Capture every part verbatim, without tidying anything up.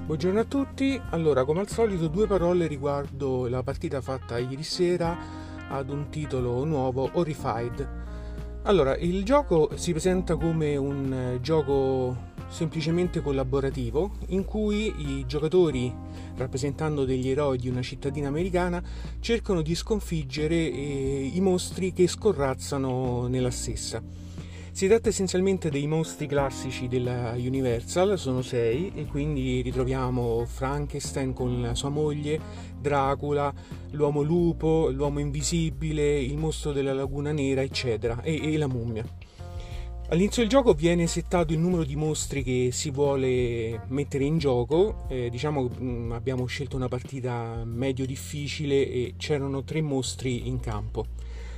Buongiorno a tutti. Allora, come al solito, due parole riguardo la partita fatta ieri sera ad un titolo nuovo, Horrified. Allora, il gioco si presenta come un eh, gioco semplicemente collaborativo in cui i giocatori, rappresentando degli eroi di una cittadina americana, cercano di sconfiggere eh, i mostri che scorrazzano nella stessa. Si tratta essenzialmente dei mostri classici della Universal, sono sei, e quindi ritroviamo Frankenstein con la sua moglie, Dracula, l'uomo lupo, l'uomo invisibile, il mostro della laguna nera, eccetera, e, e la mummia. All'inizio del gioco viene settato il numero di mostri che si vuole mettere in gioco. Eh, diciamo mh, abbiamo scelto una partita medio difficile e c'erano tre mostri in campo.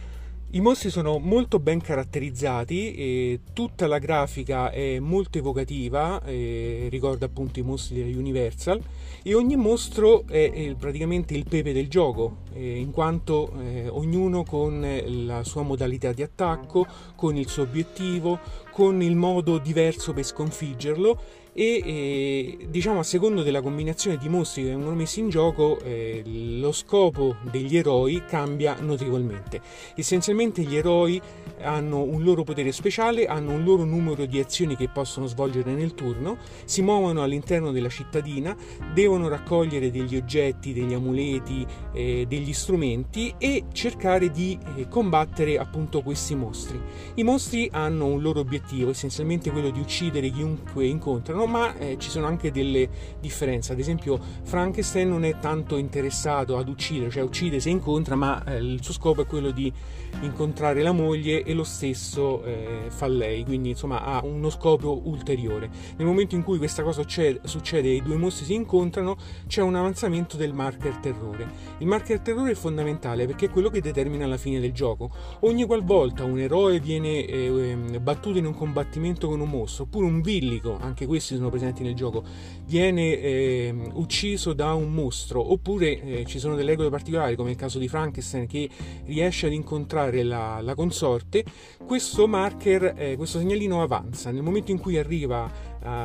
I mostri sono molto ben caratterizzati e tutta la grafica è molto evocativa, eh, ricorda appunto i mostri della Universal, e ogni mostro è, è praticamente il pepe del gioco, eh, in quanto eh, ognuno con la sua modalità di attacco, con il suo obiettivo, con il modo diverso per sconfiggerlo e eh, diciamo a secondo della combinazione di mostri che vengono messi in gioco eh, lo scopo degli eroi cambia notevolmente. Essenzialmente gli eroi hanno un loro potere speciale, hanno un loro numero di azioni che possono svolgere nel turno, si muovono all'interno della cittadina, devono raccogliere degli oggetti, degli amuleti, eh, degli strumenti e cercare di eh, combattere appunto questi mostri. I mostri hanno un loro obiettivo, essenzialmente quello di uccidere chiunque incontrano, ma eh, ci sono anche delle differenze. Ad esempio Frankenstein non è tanto interessato ad uccidere, cioè uccide se incontra, ma eh, il suo scopo è quello di incontrare la moglie e lo stesso eh, fa lei, quindi insomma ha uno scopo ulteriore. Nel momento in cui questa cosa succede e i due mostri si incontrano c'è un avanzamento del marker terrore. Il marker terrore è fondamentale perché è quello che determina la fine del gioco. Ogni qualvolta un eroe viene eh, battuto in un combattimento con un mostro, oppure un villico, anche questi sono presenti nel gioco, viene eh, ucciso da un mostro, oppure eh, ci sono delle regole particolari come il caso di Frankenstein che riesce ad incontrare la, la consorte, questo marker, eh, questo segnalino avanza. Nel momento in cui arriva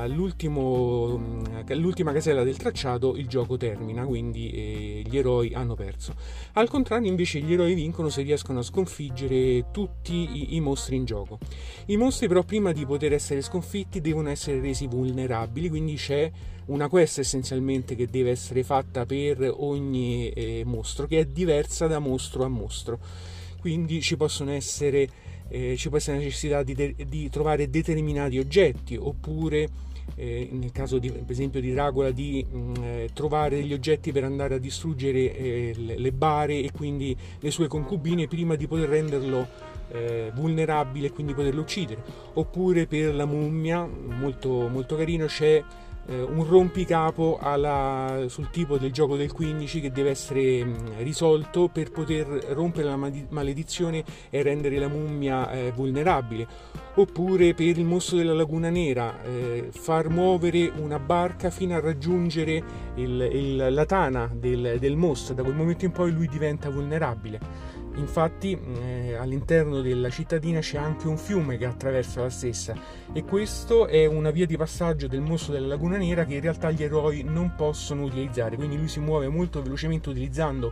all'ultimo, all'ultima casella del tracciato il gioco termina, quindi eh, gli eroi hanno perso. Al contrario invece gli eroi vincono se riescono a sconfiggere tutti i, i mostri in gioco. I mostri però prima di poter essere sconfitti devono essere resi vulnerabili, quindi c'è una quest essenzialmente che deve essere fatta per ogni eh, mostro, che è diversa da mostro a mostro. Quindi ci possono essere eh, ci può essere la necessità di, de- di trovare determinati oggetti, oppure eh, nel caso di, per esempio di Dracula di mh, eh, trovare degli oggetti per andare a distruggere eh, le, le bare e quindi le sue concubine prima di poter renderlo eh, vulnerabile e quindi poterlo uccidere. Oppure per la mummia, molto, molto carino, c'è un rompicapo alla, sul tipo del gioco del quindici che deve essere mh, risolto per poter rompere la maledizione e rendere la mummia eh, vulnerabile. Oppure per il mostro della laguna nera, eh, far muovere una barca fino a raggiungere il, il, la tana del, del mostro. Da quel momento in poi lui diventa vulnerabile. Infatti eh, all'interno della cittadina c'è anche un fiume che attraversa la stessa, e questo è una via di passaggio del mostro della laguna nera che in realtà gli eroi non possono utilizzare, quindi lui si muove molto velocemente utilizzando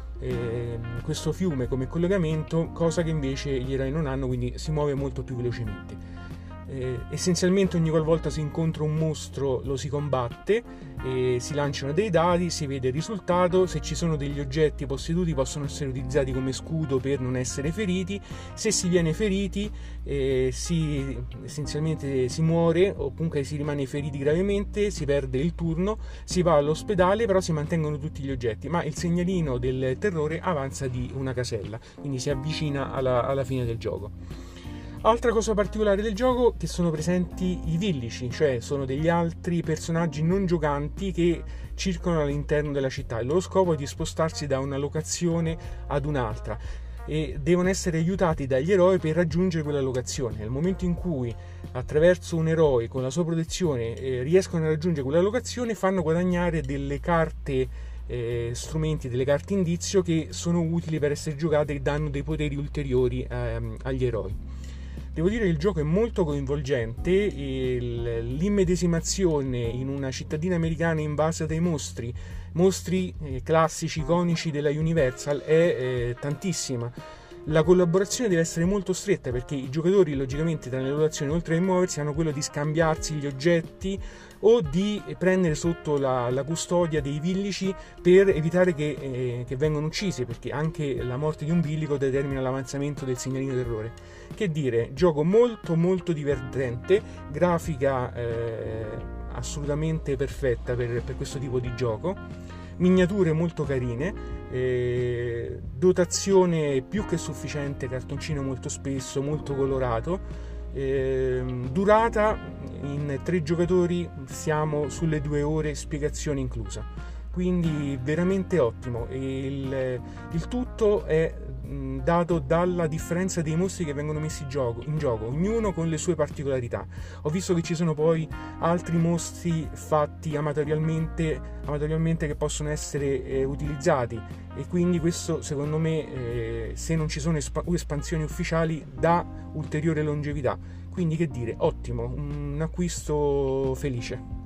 eh, questo fiume come collegamento, cosa che invece gli eroi non hanno, quindi si muove molto più velocemente. Eh, essenzialmente ogni qualvolta si incontra un mostro lo si combatte, e si lanciano dei dadi, si vede il risultato. Se ci sono degli oggetti posseduti possono essere utilizzati come scudo per non essere feriti. Se si viene feriti eh, si, essenzialmente si muore, o comunque si rimane feriti gravemente, si perde il turno, si va all'ospedale, però si mantengono tutti gli oggetti, ma il segnalino del terrore avanza di una casella, quindi si avvicina alla, alla fine del gioco. Altra cosa particolare del gioco, che sono presenti i villici, cioè sono degli altri personaggi non giocanti che circolano all'interno della città. Il loro scopo è di spostarsi da una locazione ad un'altra e devono essere aiutati dagli eroi per raggiungere quella locazione. Nel momento in cui attraverso un eroe con la sua protezione eh, riescono a raggiungere quella locazione, fanno guadagnare delle carte eh, strumenti, delle carte indizio che sono utili per essere giocate e danno dei poteri ulteriori ehm, agli eroi. Devo dire che il gioco è molto coinvolgente e l'immedesimazione in una cittadina americana invasa dai mostri, mostri eh, classici, iconici della Universal, è eh, tantissima. La collaborazione deve essere molto stretta perché i giocatori, logicamente, tra le rotazioni, oltre a muoversi, hanno quello di scambiarsi gli oggetti o di prendere sotto la, la custodia dei villici per evitare che, eh, che vengano uccisi, perché anche la morte di un villico determina l'avanzamento del segnalino d'errore. Che dire, gioco molto molto divertente, grafica eh, assolutamente perfetta per, per questo tipo di gioco, miniature molto carine, eh, dotazione più che sufficiente, cartoncino molto spesso, molto colorato, eh, durata in tre giocatori siamo sulle due ore, spiegazione inclusa, quindi veramente ottimo. E il, il tutto è dato dalla differenza dei mostri che vengono messi in gioco, in gioco, ognuno con le sue particolarità. Ho visto che ci sono poi altri mostri fatti amatorialmente, amatorialmente che possono essere eh, utilizzati, e quindi questo secondo me eh, se non ci sono esp- espansioni ufficiali dà ulteriore longevità. Quindi che dire, ottimo, un acquisto felice.